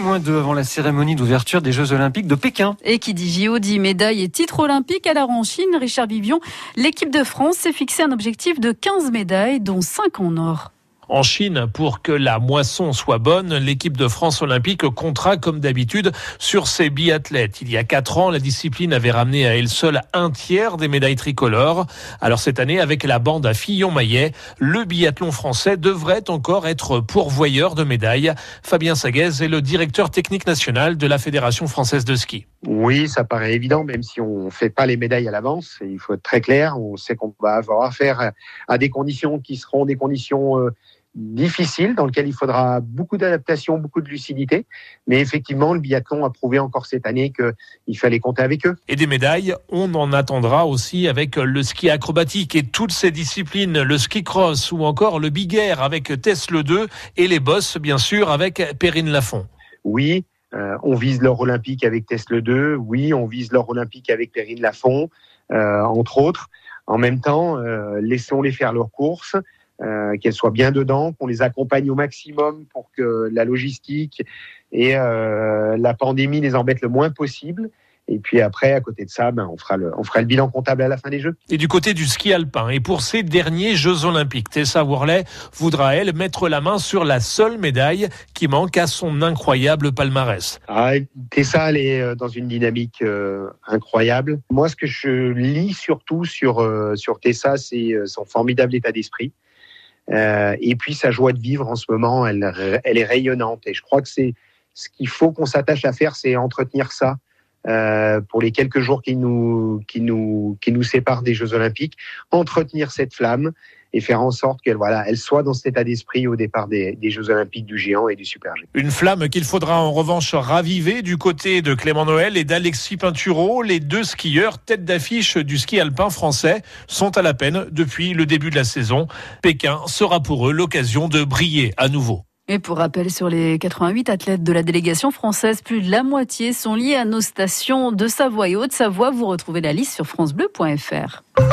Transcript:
T-2 avant la cérémonie d'ouverture des Jeux Olympiques de Pékin. Et qui dit JO dit médailles et titres olympiques. Alors en Chine, Richard Vivion, l'équipe de France s'est fixé un objectif de 15 médailles, dont 5 en or. En Chine, pour que la moisson soit bonne, l'équipe de France olympique comptera comme d'habitude sur ses biathlètes. Il y a 4 ans, la discipline avait ramené à elle seule un tiers des médailles tricolores. Alors cette année, avec la bande à Fillon-Maillet, le biathlon français devrait encore être pourvoyeur de médailles. Fabien Saguez est le directeur technique national de la Fédération française de ski. Oui, ça paraît évident, même si on ne fait pas les médailles à l'avance. Il faut être très clair. On sait qu'on va avoir affaire à des conditions qui seront des conditions difficiles, dans lesquelles il faudra beaucoup d'adaptation, beaucoup de lucidité. Mais effectivement, le biathlon a prouvé encore cette année qu'il fallait compter avec eux. Et des médailles, on en attendra aussi avec le ski acrobatique et toutes ces disciplines, le ski cross ou encore le big air avec Tess Le 2 et les bosses, bien sûr, avec Perrine Lafont. Oui. On vise l'or olympique avec Tess Le 2. Oui, on vise l'or olympique avec Perrine Lafont, entre autres. En même temps, laissons-les faire leurs courses, qu'elles soient bien dedans, qu'on les accompagne au maximum pour que la logistique et la pandémie les embêtent le moins possible. Et puis après, à côté de ça, on fera le bilan comptable à la fin des Jeux. Et du côté du ski alpin, et pour ces derniers Jeux Olympiques, Tessa Worley voudra, elle, mettre la main sur la seule médaille qui manque à son incroyable palmarès. Tessa, elle est dans une dynamique incroyable. Moi, ce que je lis surtout sur Tessa, c'est son formidable état d'esprit. Et puis sa joie de vivre en ce moment, elle est rayonnante. Et je crois que c'est ce qu'il faut qu'on s'attache à faire, c'est entretenir ça. Pour les quelques jours qui nous séparent des Jeux Olympiques, entretenir cette flamme et faire en sorte qu'elle elle soit dans cet état d'esprit au départ des Jeux Olympiques du géant et du super G. Une flamme qu'il faudra en revanche raviver du côté de Clément Noël et d'Alexis Pinturault. Les 2 skieurs tête d'affiche du ski alpin français sont à la peine depuis le début de la saison. Pékin sera pour eux l'occasion de briller à nouveau. Et pour rappel, sur les 88 athlètes de la délégation française, plus de la moitié sont liés à nos stations de Savoie et Haute-Savoie. Vous retrouvez la liste sur francebleu.fr.